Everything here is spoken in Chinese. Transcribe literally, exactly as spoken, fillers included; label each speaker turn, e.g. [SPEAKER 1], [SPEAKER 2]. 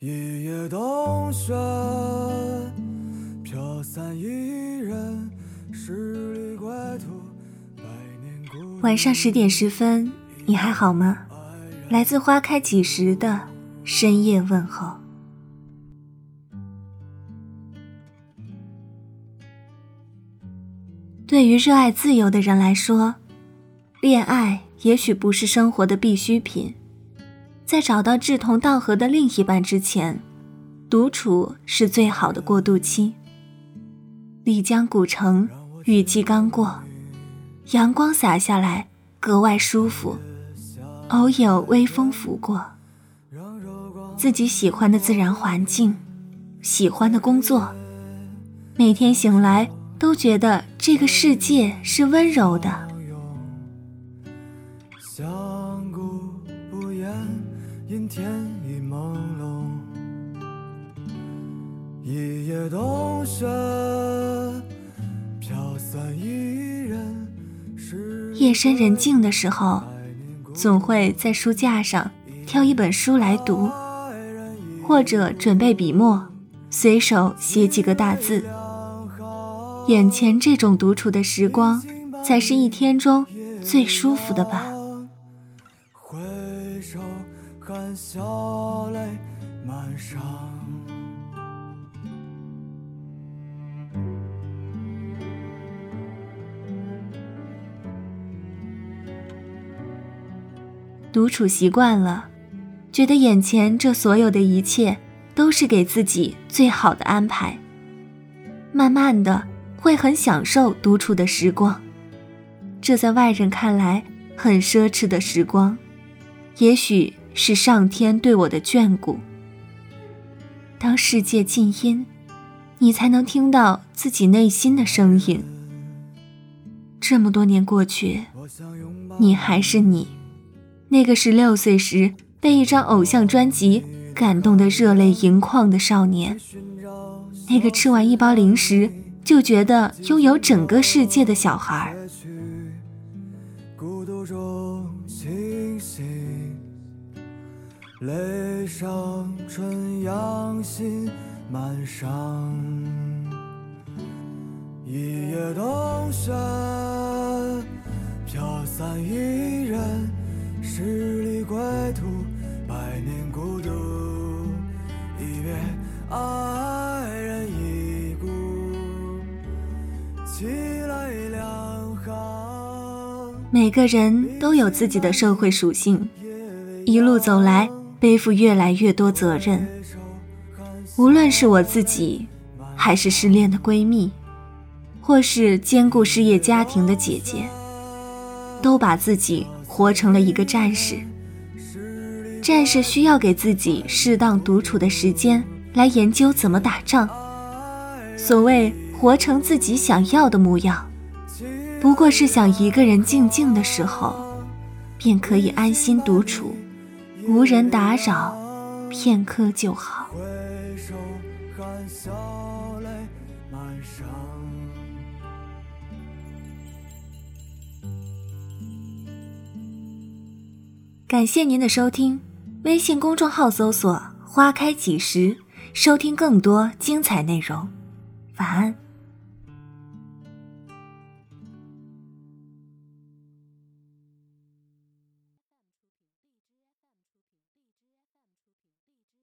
[SPEAKER 1] 一夜冬雪，飘散一人，十里归途，百年孤独。
[SPEAKER 2] 晚上十点十分，你还好吗？来自花开几时的深夜问候。对于热爱自由的人来说，恋爱也许不是生活的必需品。在找到志同道合的另一半之前，独处是最好的过渡期。丽江古城，雨季刚过，阳光洒下来，格外舒服，偶有微风拂过。自己喜欢的自然环境，喜欢的工作，每天醒来都觉得这个世界是温柔的。
[SPEAKER 1] 相顾不言，因天意朦胧。一夜冬雪，飘散一人。
[SPEAKER 2] 夜深人静的时候，总会在书架上挑一本书来读，或者准备笔墨，随手写几个大字。眼前这种独处的时光，才是一天中最舒服的吧。
[SPEAKER 1] 回首含笑泪满裳。
[SPEAKER 2] 独处习惯了，觉得眼前这所有的一切都是给自己最好的安排。慢慢的会很享受独处的时光，这在外人看来很奢侈的时光，也许是上天对我的眷顾。当世界静音，你才能听到自己内心的声音。这么多年过去，你还是你，那个十六岁时被一张偶像专辑感动得热泪盈眶的少年，那个吃完一包零食就觉得拥有整个世界的小孩。
[SPEAKER 1] 孤独中清醒，泪上春阳心满裳。一夜冬雪，飘散一人，十里归途，百年孤独。一别爱人已故，凄泪两行。
[SPEAKER 2] 每个人都有自己的社会属性，一路走来背负越来越多责任。无论是我自己，还是失恋的闺蜜，或是兼顾事业家庭的姐姐，都把自己活成了一个战士。战士需要给自己适当独处的时间来研究怎么打仗。所谓活成自己想要的模样，不过是想一个人静静的时候，便可以安心独处，无人打扰，片刻就好。
[SPEAKER 1] 回首含笑泪满裳。
[SPEAKER 2] 感谢您的收听，微信公众号搜索花开几时，收听更多精彩内容。晚安。